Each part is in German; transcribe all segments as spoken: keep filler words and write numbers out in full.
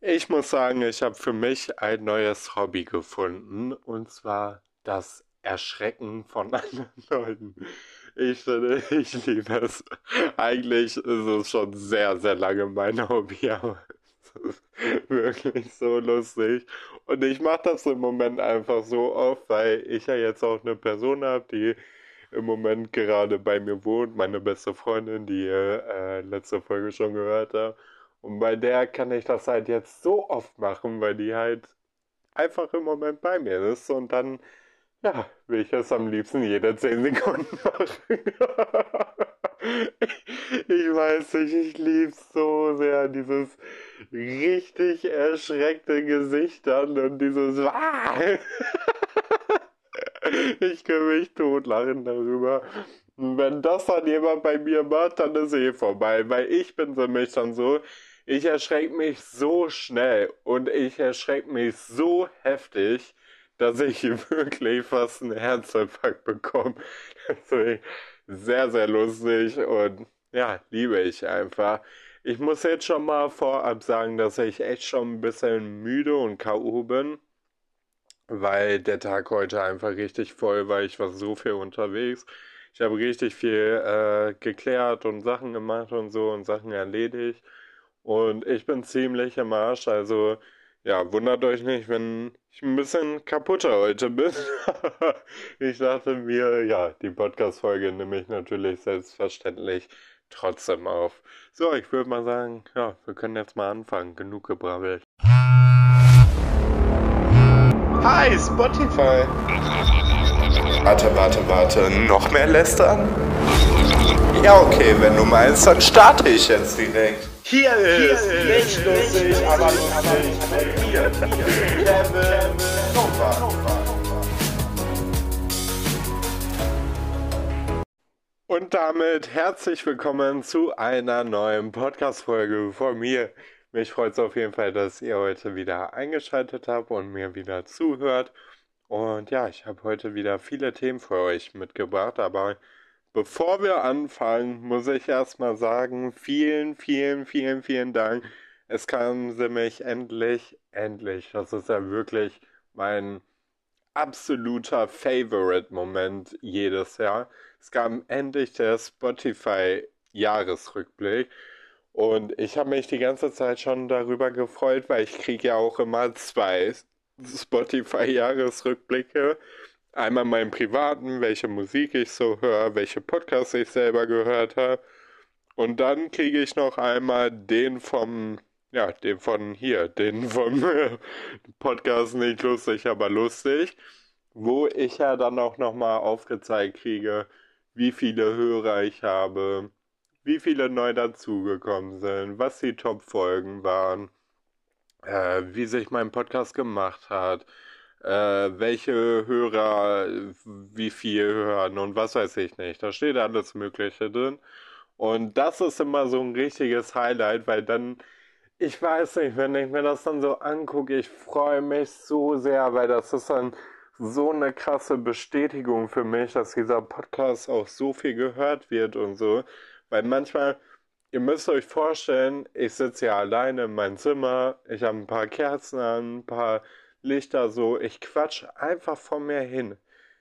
Ich muss sagen, ich habe für mich ein neues Hobby gefunden, und zwar das Erschrecken von anderen Leuten. Ich finde, ich liebe es. Eigentlich ist es schon sehr, sehr lange mein Hobby, aber es ist wirklich so lustig. Und ich mache das im Moment einfach so oft, weil ich ja jetzt auch eine Person habe, die im Moment gerade bei mir wohnt, meine beste Freundin, die ihr äh, letzte Folge schon gehört habt. Und bei der kann ich das halt jetzt so oft machen, weil die halt einfach im Moment bei mir ist. Und dann, ja, will ich es am liebsten jede zehn Sekunden machen. Ich weiß nicht, ich liebe so sehr dieses richtig erschreckte Gesicht dann und dieses Ah! Ich kann mich totlachen darüber. Und wenn das dann jemand bei mir macht, dann ist eh vorbei, weil ich bin für mich dann so, ich erschrecke mich so schnell und ich erschrecke mich so heftig, dass ich wirklich fast einen Herzinfarkt bekomme. Deswegen sehr, sehr lustig und ja, liebe ich einfach. Ich muss jetzt schon mal vorab sagen, dass ich echt schon ein bisschen müde und K O bin, weil der Tag heute einfach richtig voll war. Ich war so viel unterwegs. Ich habe richtig viel äh, geklärt und Sachen gemacht und so und Sachen erledigt. Und ich bin ziemlich im Arsch. Also, ja, wundert euch nicht, wenn ich ein bisschen kaputter heute bin. Ich dachte mir, ja, die Podcast-Folge nehme ich natürlich selbstverständlich trotzdem auf. So, ich würde mal sagen, ja, wir können jetzt mal anfangen. Genug gebrabbelt. Hi, Spotify. Warte, warte, warte. Noch mehr lästern? Ja, okay, wenn du meinst, dann starte ich jetzt direkt. Hier ist nicht lustig, aber lustig mit mir, Kevin Nova. Und damit herzlich willkommen zu einer neuen Podcast-Folge von mir. Mich freut es auf jeden Fall, dass ihr heute wieder eingeschaltet habt und mir wieder zuhört. Und ja, ich habe heute wieder viele Themen für euch mitgebracht, aber bevor wir anfangen, muss ich erstmal sagen, vielen, vielen, vielen, vielen Dank. Es kam nämlich endlich, endlich, das ist ja wirklich mein absoluter Favorite-Moment jedes Jahr. Es kam endlich der Spotify-Jahresrückblick und ich habe mich die ganze Zeit schon darüber gefreut, weil ich kriege ja auch immer zwei Spotify-Jahresrückblicke. Einmal meinen privaten, welche Musik ich so höre, welche Podcasts ich selber gehört habe. Und dann kriege ich noch einmal den vom, ja, den von hier, den vom Podcast nicht lustig, aber lustig, wo ich ja dann auch nochmal aufgezeigt kriege, wie viele Hörer ich habe, wie viele neu dazugekommen sind, was die Top-Folgen waren, äh, wie sich mein Podcast gemacht hat, äh, welche Hörer wie viel hören und was weiß ich nicht. Da steht alles Mögliche drin. Und das ist immer so ein richtiges Highlight, weil dann, ich weiß nicht, wenn ich mir das dann so angucke, ich freue mich so sehr, weil das ist dann so eine krasse Bestätigung für mich, dass dieser Podcast auch so viel gehört wird und so. Weil manchmal, ihr müsst euch vorstellen, ich sitze ja alleine in meinem Zimmer, ich habe ein paar Kerzen an, ein paar Lichter so, ich quatsch einfach vor mir hin.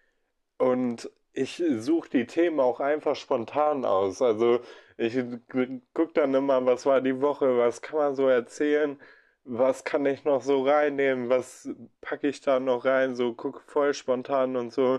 Und ich suche die Themen auch einfach spontan aus. Also ich gucke dann immer, was war die Woche, was kann man so erzählen, was kann ich noch so reinnehmen, was packe ich da noch rein, so guck voll spontan und so.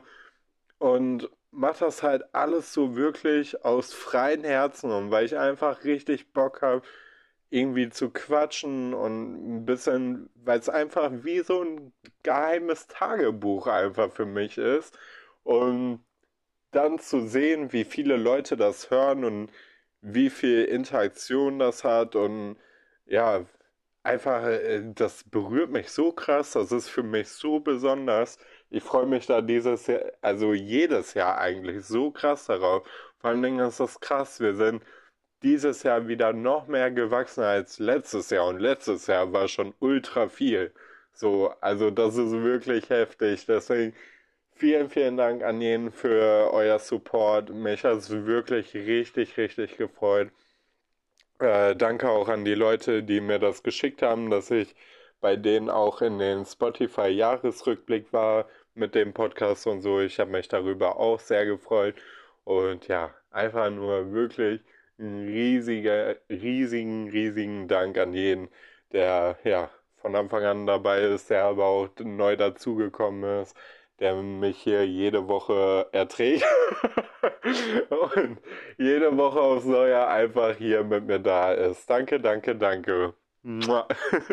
Und mach das halt alles so wirklich aus freien Herzen und weil ich einfach richtig Bock habe, irgendwie zu quatschen und ein bisschen, weil es einfach wie so ein geheimes Tagebuch einfach für mich ist. Und dann zu sehen, wie viele Leute das hören und wie viel Interaktion das hat und ja, einfach, äh, das berührt mich so krass, das ist für mich so besonders. Ich freue mich da dieses Jahr, also jedes Jahr eigentlich so krass darauf. Vor allen Dingen ist das krass, wir sind dieses Jahr wieder noch mehr gewachsen als letztes Jahr und letztes Jahr war schon ultra viel. So, also das ist wirklich heftig. Deswegen vielen, vielen Dank an jeden für euer Support. Mich hat es wirklich richtig, richtig gefreut. Äh, danke auch an die Leute, die mir das geschickt haben, dass ich bei denen auch in den Spotify-Jahresrückblick war mit dem Podcast und so. Ich habe mich darüber auch sehr gefreut. Und ja, einfach nur wirklich ein riesiger, riesigen, riesigen Dank an jeden, der ja von Anfang an dabei ist, der aber auch neu dazugekommen ist, der mich hier jede Woche erträgt und jede Woche aufs Neue einfach hier mit mir da ist. Danke, danke, danke. Mua.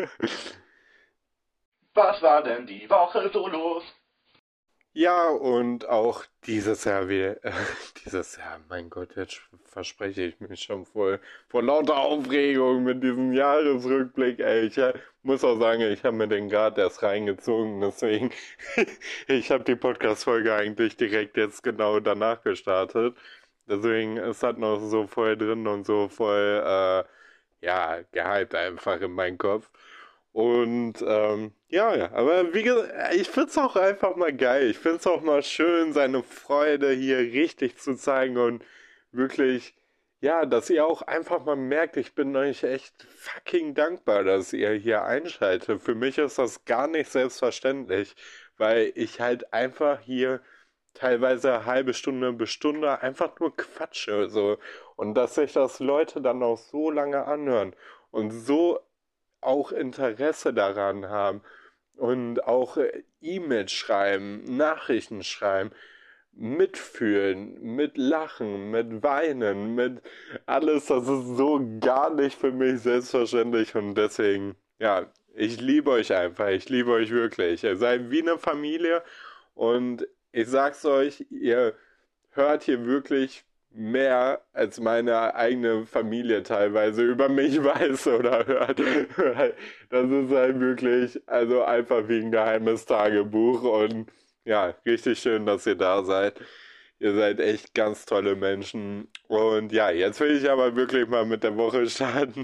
Was war denn die Woche so los? Ja, und auch dieses Jahr, wir, äh, dieses Jahr, mein Gott, jetzt verspreche ich mich schon voll vor lauter Aufregung mit diesem Jahresrückblick, ey. Ich äh, muss auch sagen, ich habe mir den gerade erst reingezogen, deswegen, ich habe die Podcast-Folge eigentlich direkt jetzt genau danach gestartet. Deswegen ist das noch so voll drin und so voll, äh, ja, gehypt einfach in meinen Kopf. Und ähm, ja, ja, aber wie gesagt, ich find's auch einfach mal geil. Ich find's auch mal schön, seine Freude hier richtig zu zeigen und wirklich, ja, dass ihr auch einfach mal merkt, ich bin euch echt fucking dankbar, dass ihr hier einschaltet. Für mich ist das gar nicht selbstverständlich, weil ich halt einfach hier teilweise eine halbe Stunde bis Stunde einfach nur quatsche, so. Und dass sich das Leute dann auch so lange anhören und so auch Interesse daran haben und auch äh, E-Mails schreiben, Nachrichten schreiben, mitfühlen, mit Lachen, mit Weinen, mit alles, das ist so gar nicht für mich selbstverständlich und deswegen, ja, ich liebe euch einfach, ich liebe euch wirklich. Ihr seid wie eine Familie und ich sag's euch, ihr hört hier wirklich mehr als meine eigene Familie teilweise über mich weiß oder hört. Das ist halt wirklich, also einfach wie ein geheimes Tagebuch und ja, richtig schön, dass ihr da seid. Ihr seid echt ganz tolle Menschen. Und ja, jetzt will ich aber wirklich mal mit der Woche starten.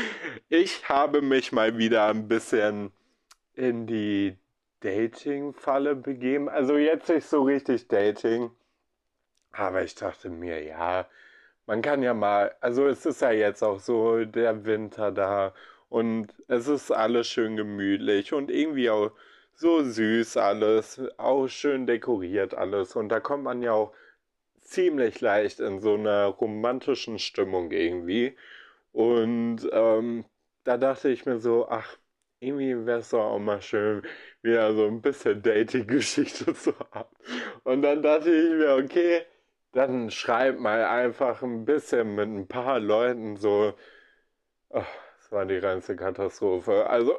Ich habe mich mal wieder ein bisschen in die Dating-Falle begeben. Also jetzt nicht so richtig Dating. Aber ich dachte mir, ja, man kann ja mal, also es ist ja jetzt auch so der Winter da und es ist alles schön gemütlich und irgendwie auch so süß alles, auch schön dekoriert alles und da kommt man ja auch ziemlich leicht in so einer romantischen Stimmung irgendwie und ähm, da dachte ich mir so, ach, irgendwie wäre es doch auch mal schön, wieder so ein bisschen Dating-Geschichte zu haben. Und dann dachte ich mir, okay, dann schreib mal einfach ein bisschen mit ein paar Leuten so. Ach, das war die reinste Katastrophe. Also,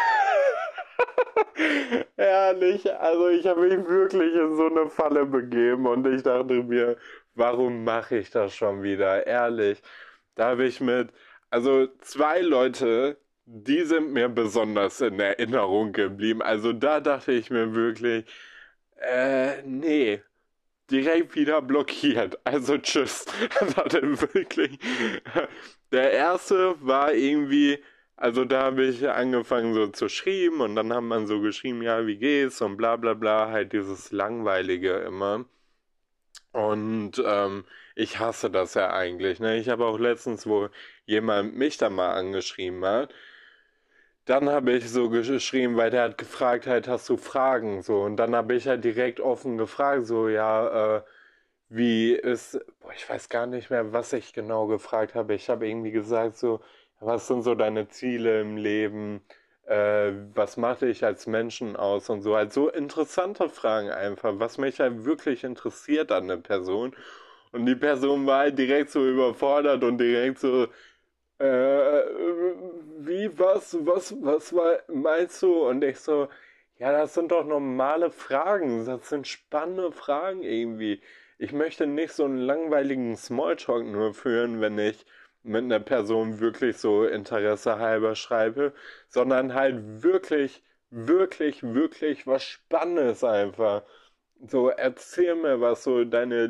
ehrlich, also ich habe mich wirklich in so eine Falle begeben und ich dachte mir, warum mache ich das schon wieder? Ehrlich, da habe ich mit, also zwei Leute, die sind mir besonders in Erinnerung geblieben. Also da dachte ich mir wirklich, äh, nee, direkt wieder blockiert. Also tschüss. Das hatte wirklich. Der erste war irgendwie, also da habe ich angefangen so zu schreiben und dann hat man so geschrieben, ja, wie geht's und bla bla bla, halt dieses Langweilige immer. Und ähm, ich hasse das ja eigentlich, ne? Ich habe auch letztens, wo jemand mich da mal angeschrieben hat, dann habe ich so geschrieben, weil der hat gefragt halt, hast du Fragen? So, und dann habe ich halt direkt offen gefragt, so, ja, äh, wie ist, boah, ich weiß gar nicht mehr, was ich genau gefragt habe. Ich habe irgendwie gesagt, so, was sind so deine Ziele im Leben? Äh, was macht dich als Menschen aus und so. Halt so interessante Fragen einfach, was mich halt wirklich interessiert an der Person. Und die Person war halt direkt so überfordert und direkt so, äh, wie, was, was, was war, meinst du? Und ich so, ja, das sind doch normale Fragen, das sind spannende Fragen irgendwie. Ich möchte nicht so einen langweiligen Smalltalk nur führen, wenn ich mit einer Person wirklich so Interesse halber schreibe, sondern halt wirklich, wirklich, wirklich was Spannendes einfach. So, erzähl mir, was so deine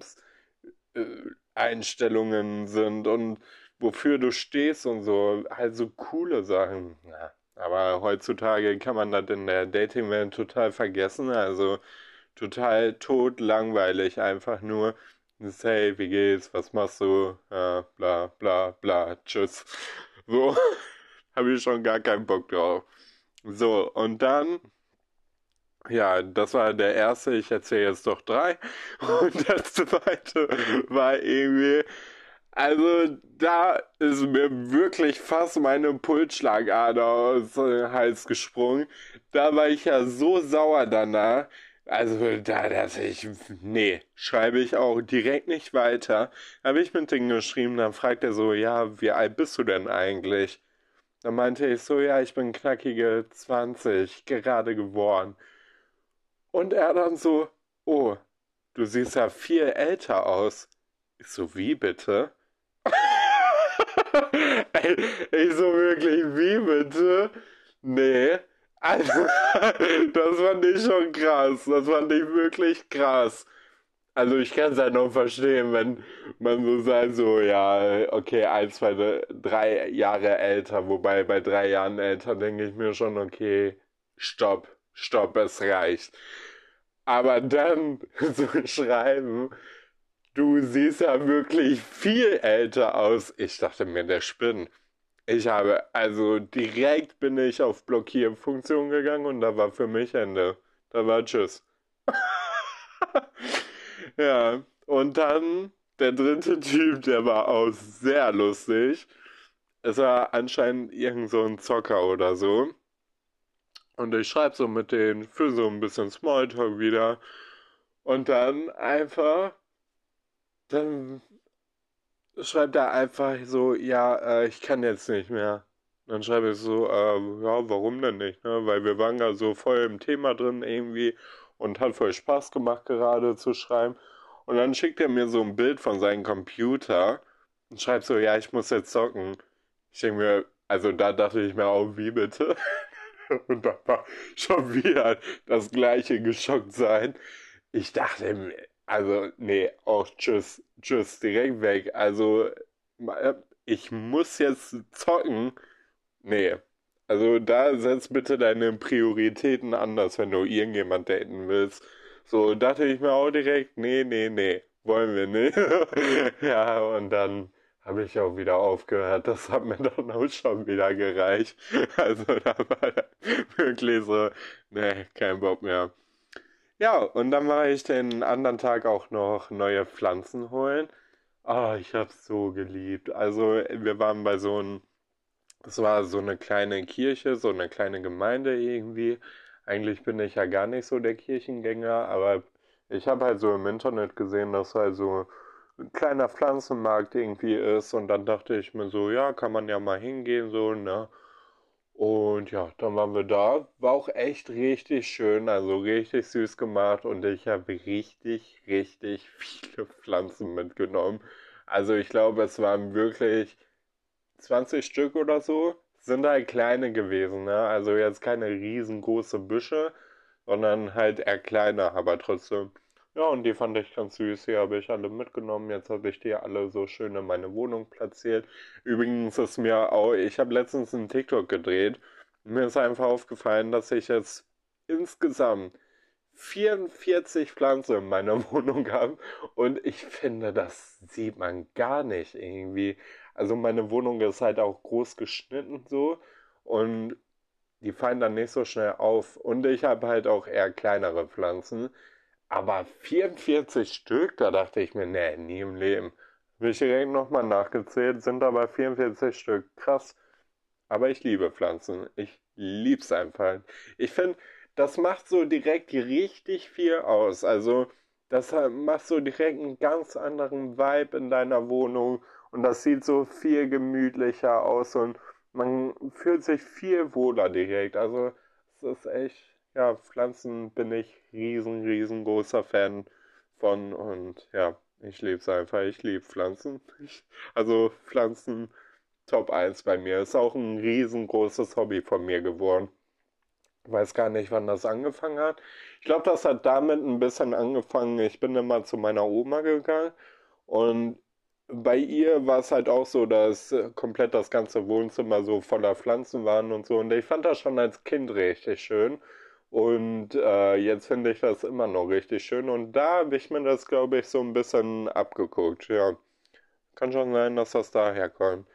Lebenseinstellungen sind und wofür du stehst und so. Halt so coole Sachen. Ja. Aber heutzutage kann man das in der Dating-Welt total vergessen. Also total tot langweilig einfach nur. ist, hey, wie geht's, was machst du, ja, bla bla bla, tschüss. So, habe ich schon gar keinen Bock drauf. So, und dann, ja, das war der erste, ich erzähle jetzt doch drei. Und der zweite war irgendwie, also da ist mir wirklich fast meine Pulsschlagader aus dem Hals gesprungen. Da war ich ja so sauer danach. Also da dachte ich, nee, schreibe ich auch direkt nicht weiter. Habe ich mit denen geschrieben, dann fragt er so, ja, wie alt bist du denn eigentlich? Dann meinte ich so, ja, ich bin knackige zwanzig, gerade geworden. Und er dann so, oh, du siehst ja viel älter aus. Ich so, wie bitte? Ey, ich so wirklich, wie bitte? Nee. Also, das fand ich schon krass. Das fand ich wirklich krass. Also ich kann es halt noch verstehen, wenn man so sagt, so, ja, okay, ein, zwei, drei Jahre älter. Wobei bei drei Jahren älter denke ich mir schon, okay, stopp, stopp, es reicht. Aber dann so schreiben, du siehst ja wirklich viel älter aus. Ich dachte mir, der spinnt. Ich habe, also direkt bin ich auf Blockierfunktion gegangen und da war für mich Ende. Da war Tschüss. Ja, und dann der dritte Typ, der war auch sehr lustig. Es war anscheinend irgend so ein Zocker oder so. Und ich schreibe so mit denen für so ein bisschen Smalltalk wieder. Und dann einfach, dann schreibt er einfach so, ja, äh, ich kann jetzt nicht mehr. Dann schreibe ich so, äh, ja, warum denn nicht, ne? Weil wir waren ja so voll im Thema drin irgendwie und hat voll Spaß gemacht gerade zu schreiben. Und dann schickt er mir so ein Bild von seinem Computer und schreibt so, ja, ich muss jetzt zocken. Ich denke mir, also da dachte ich mir auch, wie bitte? Und da war schon wieder das gleiche geschockt sein. Ich dachte, mir, also, nee, auch tschüss, tschüss, direkt weg. Also, ich muss jetzt zocken. Nee. Also, da setz bitte deine Prioritäten anders, wenn du irgendjemand daten willst. So, dachte ich mir auch direkt, nee, nee, nee, wollen wir nicht. Ja, und dann habe ich auch wieder aufgehört. Das hat mir dann auch schon wieder gereicht. Also, da war wirklich so, nee, kein Bock mehr. Ja, und dann war ich den anderen Tag auch noch neue Pflanzen holen. Ah, ich hab's so geliebt. Also, wir waren bei so einem, es war so eine kleine Kirche, so eine kleine Gemeinde irgendwie. Eigentlich bin ich ja gar nicht so der Kirchengänger, aber ich habe halt so im Internet gesehen, dass halt so ein kleiner Pflanzenmarkt irgendwie ist. Und dann dachte ich mir so, ja, kann man ja mal hingehen, so, ne? Und ja, dann waren wir da. War auch echt richtig schön, also richtig süß gemacht und ich habe richtig, richtig viele Pflanzen mitgenommen. Also ich glaube, es waren wirklich zwanzig Stück oder so. Sind halt kleine gewesen, ne? Also jetzt keine riesengroße Büsche, sondern halt eher kleiner, aber trotzdem. Ja, und die fand ich ganz süß. Die habe ich alle mitgenommen. Jetzt habe ich die alle so schön in meine Wohnung platziert. Übrigens ist mir auch, ich habe letztens einen TikTok gedreht. Mir ist einfach aufgefallen, dass ich jetzt insgesamt vierundvierzig Pflanzen in meiner Wohnung habe. Und ich finde, das sieht man gar nicht irgendwie. Also meine Wohnung ist halt auch groß geschnitten so. Und die fallen dann nicht so schnell auf. Und ich habe halt auch eher kleinere Pflanzen. Aber vierundvierzig Stück, da dachte ich mir, nee, nie im Leben. Habe ich direkt nochmal nachgezählt, sind aber vierundvierzig Stück. Krass. Aber ich liebe Pflanzen. Ich lieb's einfach. Ich finde, das macht so direkt richtig viel aus. Also, das macht so direkt einen ganz anderen Vibe in deiner Wohnung. Und das sieht so viel gemütlicher aus und man fühlt sich viel wohler direkt. Also, es ist echt, ja, Pflanzen bin ich riesen, riesengroßer Fan von und ja, ich liebe es einfach. Ich liebe Pflanzen. Ich, also Pflanzen Top eins bei mir. Ist auch ein riesengroßes Hobby von mir geworden. Ich weiß gar nicht, wann das angefangen hat. Ich glaube, das hat damit ein bisschen angefangen. Ich bin immer zu meiner Oma gegangen und bei ihr war es halt auch so, dass äh, komplett das ganze Wohnzimmer so voller Pflanzen waren und so. Und ich fand das schon als Kind richtig schön. Und äh, jetzt finde ich das immer noch richtig schön. Und da habe ich mir das, glaube ich, so ein bisschen abgeguckt. Ja, kann schon sein, dass das daher kommt.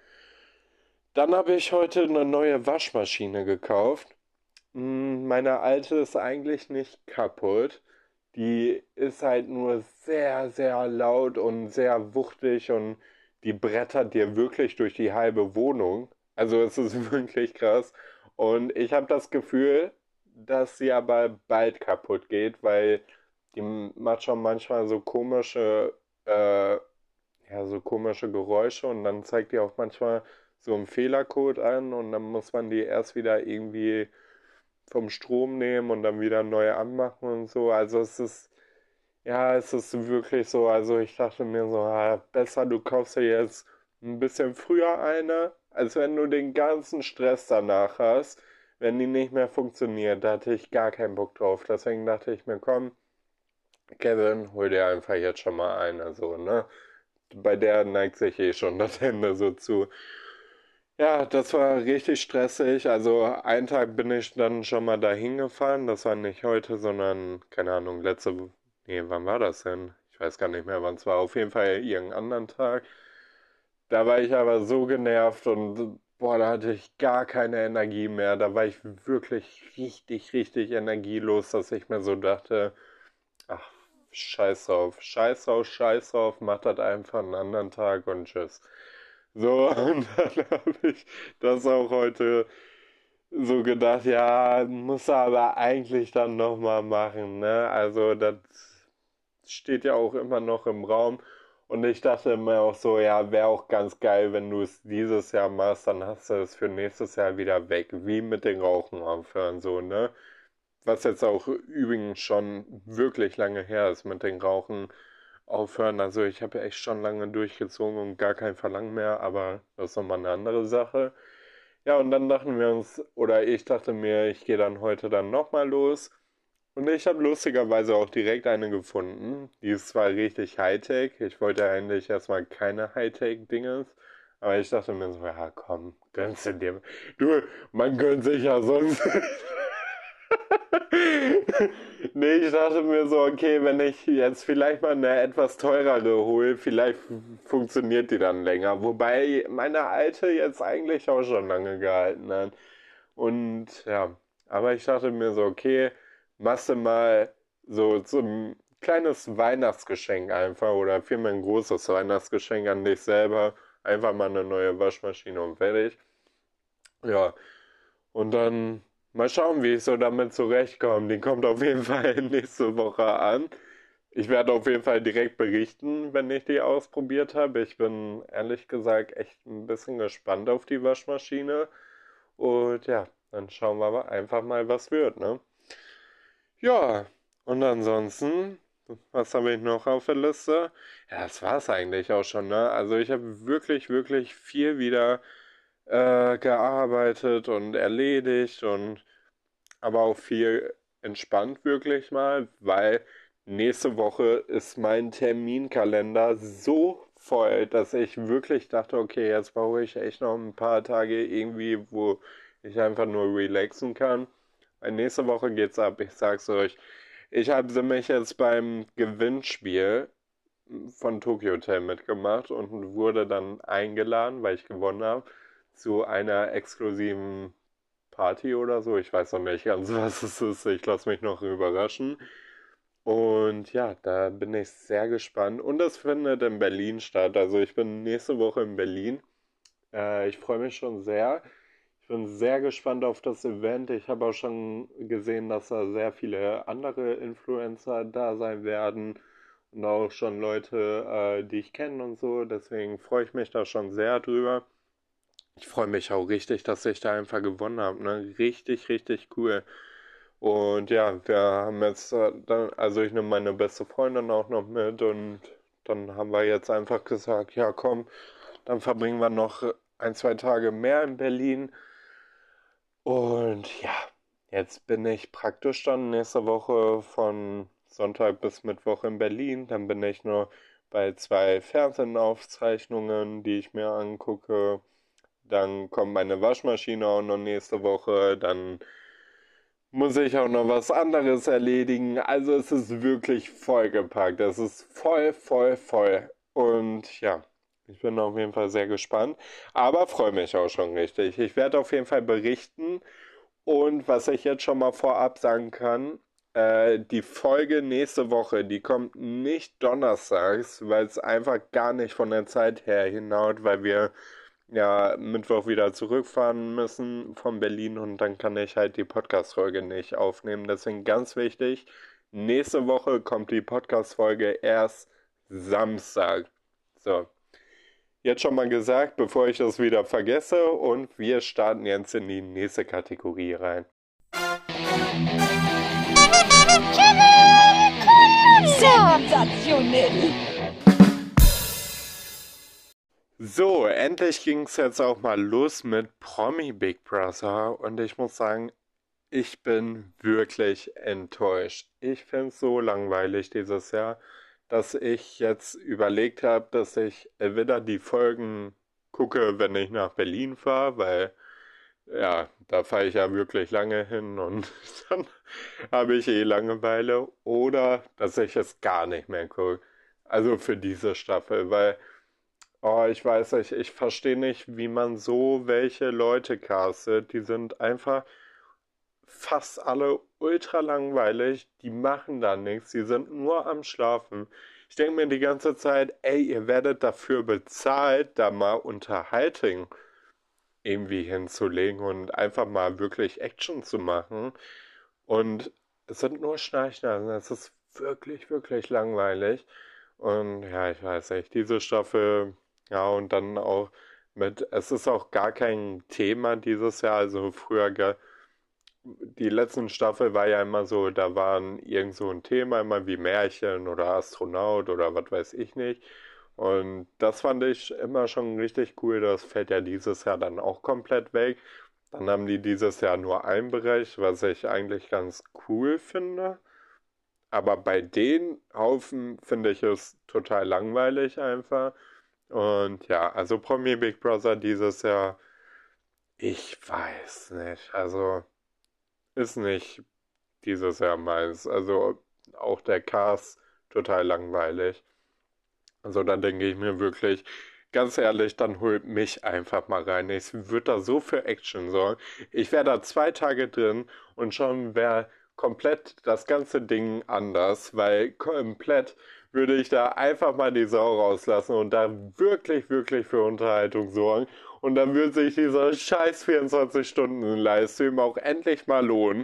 Dann habe ich heute eine neue Waschmaschine gekauft. Mm, Meine alte ist eigentlich nicht kaputt. Die ist halt nur sehr, sehr laut und sehr wuchtig und die brettert dir wirklich durch die halbe Wohnung. Also es ist wirklich krass. Und ich habe das Gefühl, dass sie aber bald kaputt geht, weil die macht schon manchmal so komische, äh, ja, so komische Geräusche und dann zeigt die auch manchmal so einen Fehlercode an und dann muss man die erst wieder irgendwie vom Strom nehmen und dann wieder neu anmachen und so. Also es ist, ja, es ist wirklich so. Also ich dachte mir so, ah, besser du kaufst dir jetzt ein bisschen früher eine, als wenn du den ganzen Stress danach hast, wenn die nicht mehr funktioniert. Da hatte ich gar keinen Bock drauf. Deswegen dachte ich mir, komm, Kevin, hol dir einfach jetzt schon mal eine, so, ne? Bei der neigt sich eh schon das Ende so zu. Ja, das war richtig stressig. Also einen Tag bin ich dann schon mal dahin gefahren. Das war nicht heute, sondern, keine Ahnung, letzte Woche. Nee, wann war das denn? Ich weiß gar nicht mehr, wann es war. Auf jeden Fall irgendeinen anderen Tag. Da war ich aber so genervt und boah, da hatte ich gar keine Energie mehr. Da war ich wirklich richtig, richtig energielos, dass ich mir so dachte, ach, scheiß drauf, scheiß drauf, scheiß drauf, mach das einfach einen anderen Tag und tschüss. So, und dann habe ich das auch heute so gedacht, ja, muss er aber eigentlich dann nochmal machen, ne? Also das steht ja auch immer noch im Raum. Und ich dachte mir auch so, ja, wäre auch ganz geil, wenn du es dieses Jahr machst, dann hast du es für nächstes Jahr wieder weg. Wie mit den Rauchen aufhören, so, ne? Was jetzt auch übrigens schon wirklich lange her ist mit den Rauchen aufhören. Also ich habe ja echt schon lange durchgezogen und gar kein Verlangen mehr, aber das ist nochmal eine andere Sache. Ja, und dann dachten wir uns, oder ich dachte mir, ich gehe dann heute dann nochmal los. Und ich habe lustigerweise auch direkt eine gefunden. Die ist zwar richtig Hightech. Ich wollte ja eigentlich erstmal keine Hightech-Dinges. Aber ich dachte mir so, ja komm, gönnst du dir. Du, man gönnt sich ja sonst. Nee, ich dachte mir so, okay, wenn ich jetzt vielleicht mal eine etwas teurere hole, vielleicht funktioniert die dann länger. Wobei meine alte jetzt eigentlich auch schon lange gehalten hat. Und ja, aber ich dachte mir so, okay, machst du mal so, so ein kleines Weihnachtsgeschenk einfach oder vielmehr ein großes Weihnachtsgeschenk an dich selber. Einfach mal eine neue Waschmaschine und fertig. Ja, und dann mal schauen, wie ich so damit zurechtkomme. Die kommt auf jeden Fall nächste Woche an. Ich werde auf jeden Fall direkt berichten, wenn ich die ausprobiert habe. Ich bin ehrlich gesagt echt ein bisschen gespannt auf die Waschmaschine. Und ja, dann schauen wir aber einfach mal, was wird, ne? Ja, und ansonsten, was habe ich noch auf der Liste? Ja, das war es eigentlich auch schon, ne? Also ich habe wirklich, wirklich viel wieder äh, gearbeitet und erledigt und aber auch viel entspannt wirklich mal, weil nächste Woche ist mein Terminkalender so voll, dass ich wirklich dachte, okay, jetzt brauche ich echt noch ein paar Tage irgendwie, wo ich einfach nur relaxen kann. Weil nächste Woche geht's ab, ich sag's euch. Ich habe nämlich jetzt beim Gewinnspiel von Tokyo Hotel mitgemacht und wurde dann eingeladen, weil ich gewonnen habe, zu einer exklusiven Party oder so. Ich weiß noch nicht ganz, was es ist. Ich lasse mich noch überraschen. Und ja, da bin ich sehr gespannt. Und das findet in Berlin statt. Also ich bin nächste Woche in Berlin. Äh, ich freue mich schon sehr. Ich bin sehr gespannt auf das Event. Ich habe auch schon gesehen, dass da sehr viele andere Influencer da sein werden. Und auch schon Leute, äh, die ich kenne und so. Deswegen freue ich mich da schon sehr drüber. Ich freue mich auch richtig, dass ich da einfach gewonnen habe. Ne? Richtig, richtig cool. Und ja, wir haben jetzt, äh, dann, also ich nehme meine beste Freundin auch noch mit und dann haben wir jetzt einfach gesagt, ja komm, dann verbringen wir noch ein, zwei Tage mehr in Berlin. Und ja, jetzt bin ich praktisch dann nächste Woche von Sonntag bis Mittwoch in Berlin. Dann bin ich nur bei zwei Fernsehaufzeichnungen, die ich mir angucke. Dann kommt meine Waschmaschine auch noch nächste Woche. Dann muss ich auch noch was anderes erledigen. Also es ist wirklich vollgepackt. Es ist voll, voll, voll. Und ja, ich bin auf jeden Fall sehr gespannt. Aber freue mich auch schon richtig. Ich werde auf jeden Fall berichten. Und was ich jetzt schon mal vorab sagen kann, äh, die Folge nächste Woche, die kommt nicht donnerstags, weil es einfach gar nicht von der Zeit her hinhaut, weil wir ja Mittwoch wieder zurückfahren müssen von Berlin und dann kann ich halt die Podcast-Folge nicht aufnehmen. Deswegen ganz wichtig, nächste Woche kommt die Podcast-Folge erst Samstag. So, jetzt schon mal gesagt, bevor ich das wieder vergesse und wir starten jetzt in die nächste Kategorie rein. Sensationell! So, endlich ging es jetzt auch mal los mit Promi Big Brother und ich muss sagen, ich bin wirklich enttäuscht. Ich finde es so langweilig dieses Jahr, dass ich jetzt überlegt habe, dass ich entweder die Folgen gucke, wenn ich nach Berlin fahre, weil ja, da fahre ich ja wirklich lange hin und dann habe ich eh Langeweile, oder dass ich es gar nicht mehr gucke. Also für diese Staffel, weil oh, ich weiß nicht, ich verstehe nicht, wie man so welche Leute castet. Die sind einfach fast alle ultra langweilig. Die machen da nichts. Die sind nur am Schlafen. Ich denke mir die ganze Zeit, ey, ihr werdet dafür bezahlt, da mal Unterhaltung irgendwie hinzulegen und einfach mal wirklich Action zu machen. Und es sind nur Schnarchnasen. Es ist wirklich, wirklich langweilig. Und ja, ich weiß nicht, diese Staffel, ja, und dann auch mit, es ist auch gar kein Thema dieses Jahr. Also früher, ga- die letzten Staffel war ja immer so, da waren irgend so ein Thema, immer wie Märchen oder Astronaut oder was weiß ich nicht. Und das fand ich immer schon richtig cool. Das fällt ja dieses Jahr dann auch komplett weg. Dann haben die dieses Jahr nur einen Bereich, was ich eigentlich ganz cool finde. Aber bei den Haufen finde ich es total langweilig einfach. Und ja, also Promi Big Brother dieses Jahr, ich weiß nicht. Also ist nicht dieses Jahr meins. Also auch der Cast total langweilig. Also da denke ich mir wirklich, ganz ehrlich, dann holt mich einfach mal rein. Ich würde da so für Action sorgen. Ich wäre da zwei Tage drin und schon wäre komplett das ganze Ding anders, weil komplett würde ich da einfach mal die Sau rauslassen und da wirklich, wirklich für Unterhaltung sorgen. Und dann würde sich dieser scheiß vierundzwanzig-Stunden-Livestream auch endlich mal lohnen.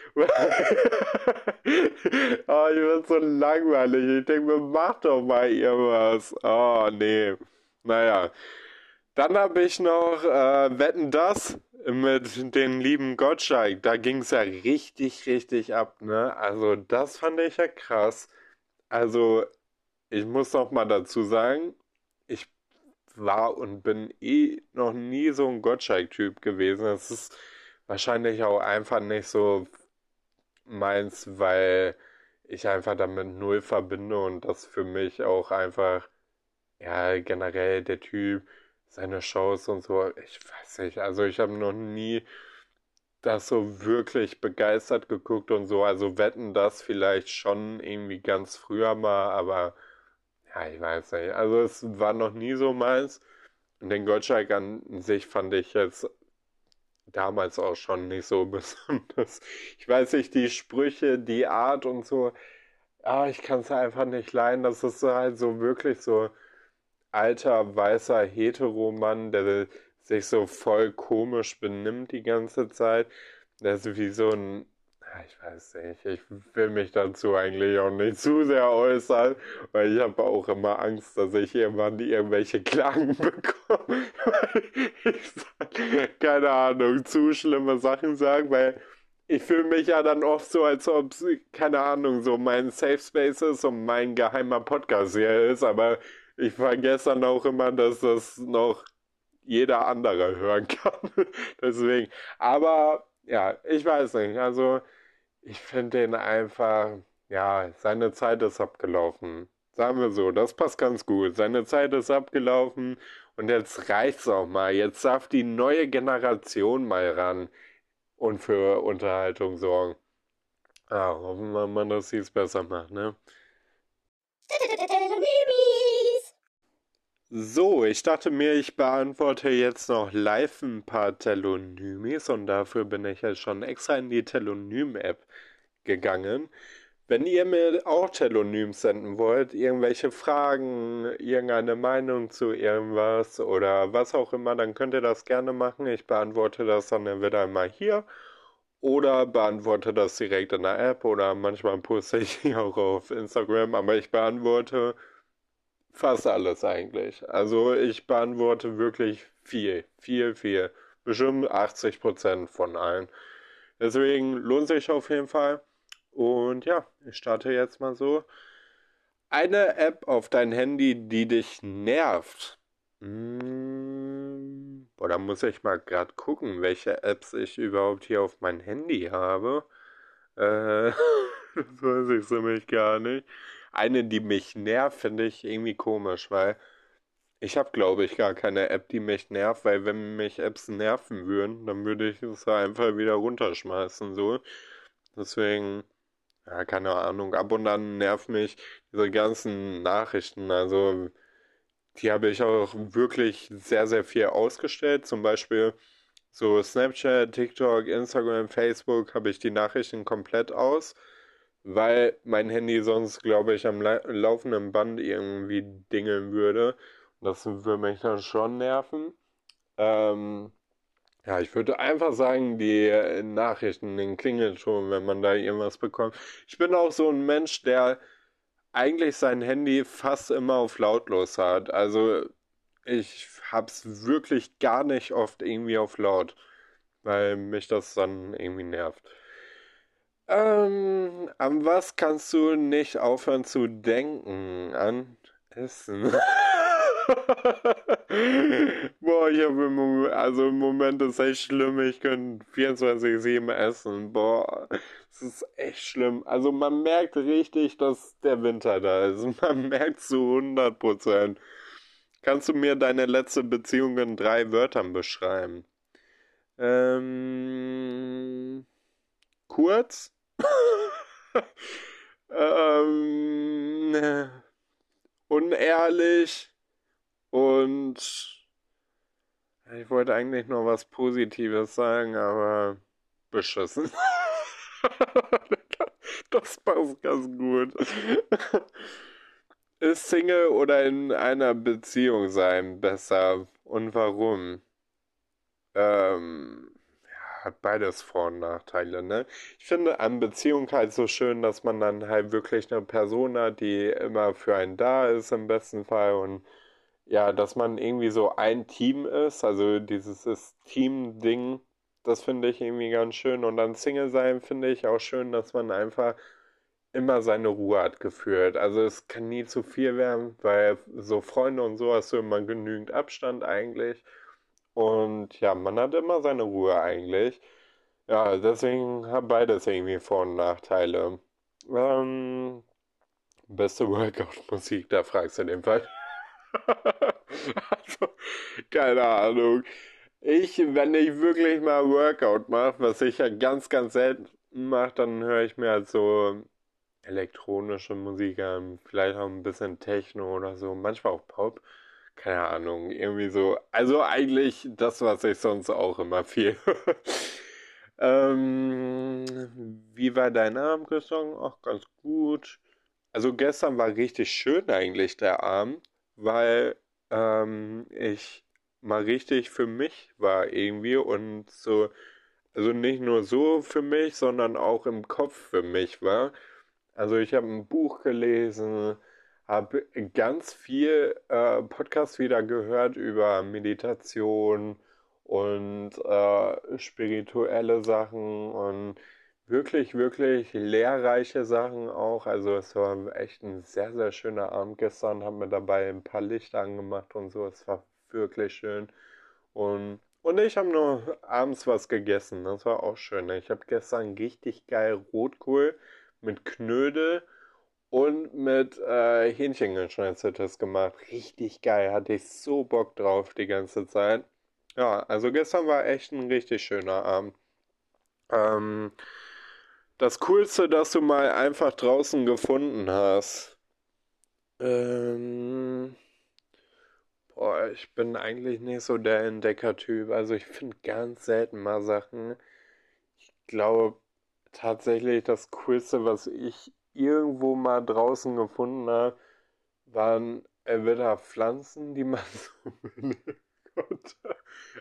Oh, ich bin so langweilig. Ich denke mir, mach doch mal irgendwas. Oh, nee. Naja. Dann habe ich noch äh, Wetten, das mit den lieben Gottschalk. Da ging es ja richtig, richtig ab, ne? Also, das fand ich ja krass. Also, ich muss noch mal dazu sagen, ich war und bin eh noch nie so ein Gottschalk-Typ gewesen. Es ist wahrscheinlich auch einfach nicht so meins, weil ich einfach damit null verbinde und das für mich auch einfach, ja, generell der Typ, seine Shows und so, ich weiß nicht, also ich habe noch nie das so wirklich begeistert geguckt und so, also Wetten das vielleicht schon irgendwie ganz früher mal, aber ja, ich weiß nicht, also es war noch nie so meins und den Gottschalk an sich fand ich jetzt damals auch schon nicht so besonders. Ich weiß nicht, die Sprüche, die Art und so, ah, ich kann es einfach nicht leiden. Das ist so halt so wirklich so alter, weißer Heteromann, der sich so voll komisch benimmt die ganze Zeit. Der ist wie so ein, ah, ich weiß nicht, ich will mich dazu eigentlich auch nicht zu sehr äußern, weil ich habe auch immer Angst, dass ich irgendwann irgendwelche Klagen bekomme, weil ich, keine Ahnung, zu schlimme Sachen sage, weil ich fühle mich ja dann oft so, als ob es, keine Ahnung, so mein Safe Space ist und mein geheimer Podcast hier ist, aber ich vergesse dann auch immer, dass das noch jeder andere hören kann. Deswegen, aber ja, ich weiß nicht, also ich finde den einfach, ja, seine Zeit ist abgelaufen. Sagen wir so, das passt ganz gut. Seine Zeit ist abgelaufen und jetzt reicht's auch mal. Jetzt darf die neue Generation mal ran. und für Unterhaltung sorgen. Ja, hoffen wir mal, dass sie es besser macht, ne? So, ich dachte mir, ich beantworte jetzt noch live ein paar Telonymis und dafür bin ich jetzt schon extra in die Telonym-App gegangen. Wenn ihr mir auch Telonyms senden wollt, irgendwelche Fragen, irgendeine Meinung zu irgendwas oder was auch immer, dann könnt ihr das gerne machen. Ich beantworte das dann entweder einmal hier oder beantworte das direkt in der App oder manchmal poste ich die auch auf Instagram, aber ich beantworte fast alles eigentlich. Also ich beantworte wirklich viel, viel, viel. Bestimmt achtzig Prozent von allen. Deswegen lohnt sich auf jeden Fall. Und ja, ich starte jetzt mal so. Eine App auf dein Handy, die dich nervt. Hm, boah, da muss ich mal gerade gucken, welche Apps ich überhaupt hier auf mein Handy habe. Äh, das weiß ich nämlich gar nicht. Eine, die mich nervt, finde ich irgendwie komisch, weil ich habe, glaube ich, gar keine App, die mich nervt, weil wenn mich Apps nerven würden, dann würde ich es einfach wieder runterschmeißen, so. Deswegen, ja, keine Ahnung, ab und an nerven mich diese ganzen Nachrichten, also die habe ich auch wirklich sehr, sehr viel ausgestellt. Zum Beispiel so Snapchat, TikTok, Instagram, Facebook habe ich die Nachrichten komplett aus, weil mein Handy sonst, glaube ich, am la laufenden Band irgendwie dingeln würde. Das würde mich dann schon nerven. Ähm, ja, ich würde einfach sagen, die äh, Nachrichten, den klingelt schon, wenn man da irgendwas bekommt. Ich bin auch so ein Mensch, der eigentlich sein Handy fast immer auf lautlos hat. Also ich hab's wirklich gar nicht oft irgendwie auf laut, weil mich das dann irgendwie nervt. Ähm, an was kannst du nicht aufhören zu denken? An Essen. Boah, ich habe im Moment, also im Moment ist echt schlimm. Ich könnte vierundzwanzig sieben essen. Boah, es ist echt schlimm. Also man merkt richtig, dass der Winter da ist. Man merkt zu hundert Prozent. Kannst du mir deine letzte Beziehung in drei Wörtern beschreiben? Ähm, kurz? ähm, unehrlich und ich wollte eigentlich noch was Positives sagen, aber beschissen. Das passt ganz gut. Ist Single oder in einer Beziehung sein besser und warum? Ähm, ja, hat beides Vor- und Nachteile, ne? Ich finde an Beziehung halt so schön, dass man dann halt wirklich eine Person hat, die immer für einen da ist im besten Fall und ja, dass man irgendwie so ein Team ist, also dieses ist Team-Ding, das finde ich irgendwie ganz schön und dann Single sein finde ich auch schön, dass man einfach immer seine Ruhe hat geführt. Also es kann nie zu viel werden, weil so Freunde und so hast du immer genügend Abstand eigentlich. Und ja, man hat immer seine Ruhe eigentlich. Ja, deswegen hat beides irgendwie Vor- und Nachteile. Ähm, beste Workout-Musik, da fragst du den Fall. Also, keine Ahnung. Ich, wenn ich wirklich mal Workout mache, was ich ja ganz, ganz selten mache, dann höre ich mir halt so elektronische Musik an, vielleicht auch ein bisschen Techno oder so, manchmal auch Pop. Keine Ahnung, irgendwie so. Also eigentlich das, was ich sonst auch immer viel. ähm, wie war dein Abend gestern? Ach, ganz gut. Also gestern war richtig schön eigentlich der Abend, weil ähm, ich mal richtig für mich war irgendwie und so, also nicht nur so für mich, sondern auch im Kopf für mich war. Also ich habe ein Buch gelesen, habe ganz viel äh, Podcast wieder gehört über Meditation und äh, spirituelle Sachen und wirklich, wirklich lehrreiche Sachen auch. Also es war echt ein sehr, sehr schöner Abend gestern, habe mir dabei ein paar Lichter angemacht und so. Es war wirklich schön. Und, und ich habe noch abends was gegessen. Das war auch schön. Ich habe gestern richtig geil Rotkohl mit Knödel und mit äh, Hähnchengeschnetzeltes gemacht. Richtig geil. Hatte ich so Bock drauf die ganze Zeit. Ja, also gestern war echt ein richtig schöner Abend. Ähm, das Coolste, das du mal einfach draußen gefunden hast. Ähm, boah, ich bin eigentlich nicht so der Entdecker-Typ. Also ich finde ganz selten mal Sachen. Ich glaube tatsächlich, das Coolste, was ich irgendwo mal draußen gefunden habe, waren entweder Pflanzen, die man so mitnehmen konnte.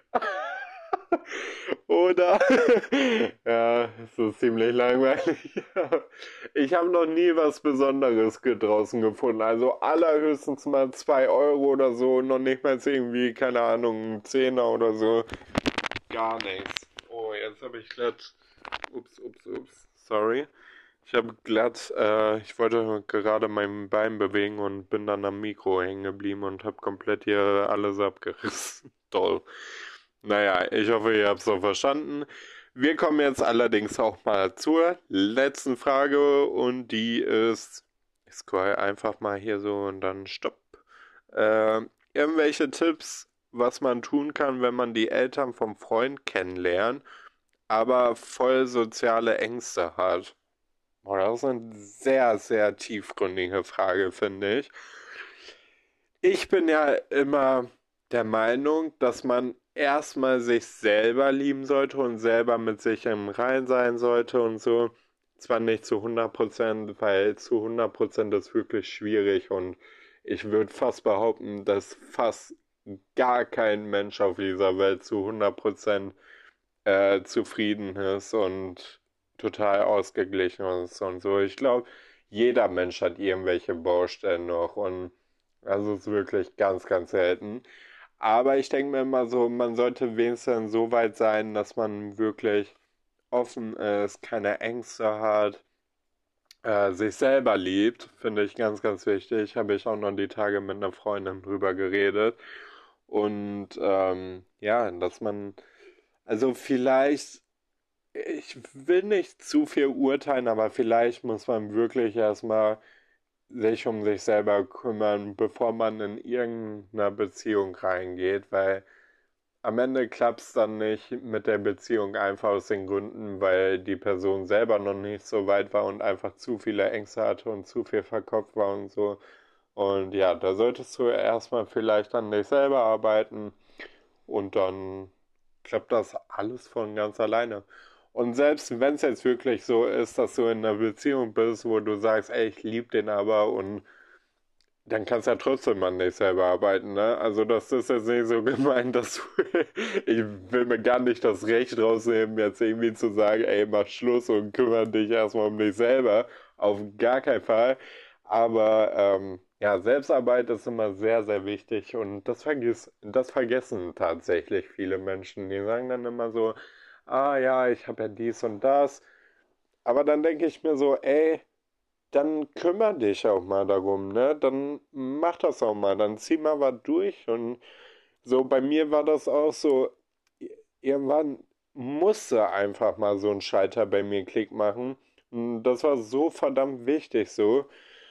Oder, ja, es ist ziemlich langweilig. Ich habe noch nie was Besonderes ge- draußen gefunden. Also allerhöchstens mal zwei Euro oder so. Noch nicht mal irgendwie, keine Ahnung, ein Zehner oder so. Gar nichts. Oh, jetzt habe ich glatt. Ups, ups, ups. Sorry. Ich habe glatt, äh, ich wollte gerade mein Bein bewegen und bin dann am Mikro hängen geblieben und habe komplett hier alles abgerissen. Toll. Naja, ich hoffe, ihr habt es so verstanden. Wir kommen jetzt allerdings auch mal zur letzten Frage und die ist, ich scroll einfach mal hier so und dann stopp. Äh, irgendwelche Tipps, was man tun kann, wenn man die Eltern vom Freund kennenlernt, aber voll soziale Ängste hat? Boah, das ist eine sehr, sehr tiefgründige Frage, finde ich. Ich bin ja immer der Meinung, dass man erstmal sich selber lieben sollte und selber mit sich im Rein sein sollte und so. Zwar nicht zu hundert Prozent, weil zu hundert Prozent ist wirklich schwierig und ich würde fast behaupten, dass fast gar kein Mensch auf dieser Welt zu hundert Prozent äh, zufrieden ist und total ausgeglichen ist und so. Ich glaube, jeder Mensch hat irgendwelche Baustellen noch und das ist wirklich ganz, ganz selten. Aber ich denke mir immer so, man sollte wenigstens so weit sein, dass man wirklich offen ist, keine Ängste hat, äh, sich selber liebt, finde ich ganz, ganz wichtig. Habe ich auch noch die Tage mit einer Freundin drüber geredet. Und ähm, ja, dass man, also vielleicht ich will nicht zu viel urteilen, aber vielleicht muss man wirklich erstmal sich um sich selber kümmern, bevor man in irgendeiner Beziehung reingeht, weil am Ende klappt es dann nicht mit der Beziehung einfach aus den Gründen, weil die Person selber noch nicht so weit war und einfach zu viele Ängste hatte und zu viel verkopft war und so. Und ja, da solltest du erstmal vielleicht an dich selber arbeiten und dann klappt das alles von ganz alleine. Und selbst wenn es jetzt wirklich so ist, dass du in einer Beziehung bist, wo du sagst, ey, ich liebe den aber und dann kannst du ja trotzdem an dich selber arbeiten, ne? Also das ist jetzt nicht so gemeint, dass du, ich will mir gar nicht das Recht rausnehmen, jetzt irgendwie zu sagen, ey, mach Schluss und kümmere dich erstmal um dich selber. Auf gar keinen Fall. Aber ähm, ja, Selbstarbeit ist immer sehr, sehr wichtig und das vergiss, das vergessen tatsächlich viele Menschen. Die sagen dann immer so, ah ja, ich habe ja dies und das. Aber dann denke ich mir so, ey, dann kümmere dich auch mal darum, ne? Dann mach das auch mal, dann zieh mal was durch. Und so bei mir war das auch so, irgendwann musste einfach mal so ein Schalter bei mir Klick machen. Und das war so verdammt wichtig so.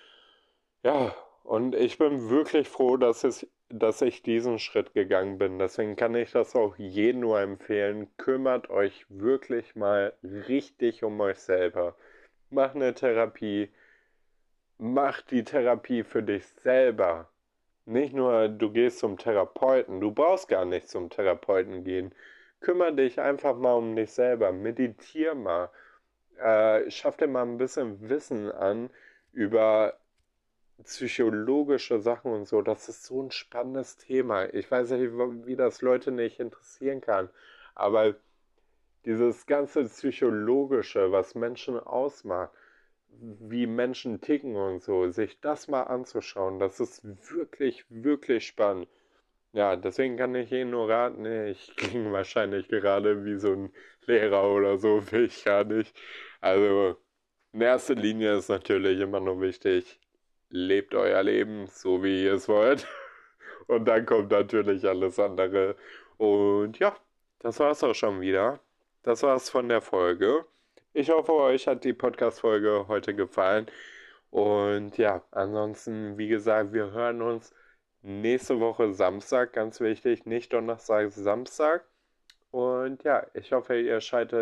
Ja, und ich bin wirklich froh, dass es, dass ich diesen Schritt gegangen bin. Deswegen kann ich das auch jedem nur empfehlen. Kümmert euch wirklich mal richtig um euch selber. Macht eine Therapie. Mach die Therapie für dich selber. Nicht nur, du gehst zum Therapeuten. Du brauchst gar nicht zum Therapeuten gehen. Kümmere dich einfach mal um dich selber. Meditier mal. Äh, schaff dir mal ein bisschen Wissen an über psychologische Sachen und so. Das ist so ein spannendes Thema. Ich weiß nicht, wie das Leute nicht interessieren kann. Aber dieses ganze Psychologische, was Menschen ausmacht, wie Menschen ticken und so, sich das mal anzuschauen, das ist wirklich, wirklich spannend. Ja, deswegen kann ich Ihnen nur raten, nee, ich klinge wahrscheinlich gerade wie so ein Lehrer oder so, will ich gar nicht. Also, in erster Linie ist natürlich immer nur wichtig, lebt euer Leben so, wie ihr es wollt. Und dann kommt natürlich alles andere. Und ja, das war's auch schon wieder. Das war's von der Folge. Ich hoffe, euch hat die Podcast-Folge heute gefallen. Und ja, ansonsten, wie gesagt, wir hören uns nächste Woche Samstag, ganz wichtig, nicht Donnerstag, Samstag. Und ja, ich hoffe, ihr schaltet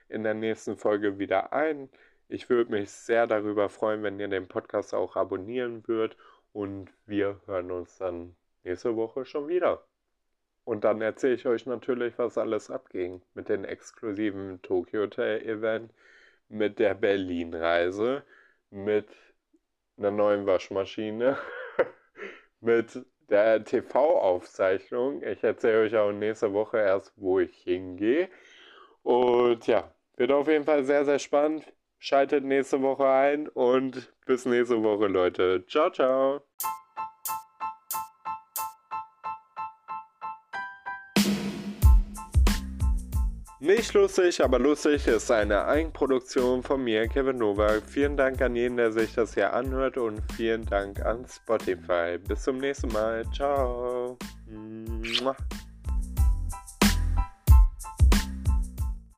in der nächsten Folge wieder ein. Ich würde mich sehr darüber freuen, wenn ihr den Podcast auch abonnieren würdet. Und wir hören uns dann nächste Woche schon wieder. Und dann erzähle ich euch natürlich, was alles abging mit dem exklusiven Tokyo Hotel Event, mit der Berlin-Reise, mit einer neuen Waschmaschine, mit der T V-Aufzeichnung. Ich erzähle euch auch nächste Woche erst, wo ich hingehe. Und ja, wird auf jeden Fall sehr, sehr spannend. Schaltet nächste Woche ein und bis nächste Woche, Leute. Ciao, ciao. Nicht lustig, aber lustig ist eine Eigenproduktion von mir, Kevin Nowak. Vielen Dank an jeden, der sich das hier anhört und vielen Dank an Spotify. Bis zum nächsten Mal. Ciao. Mua.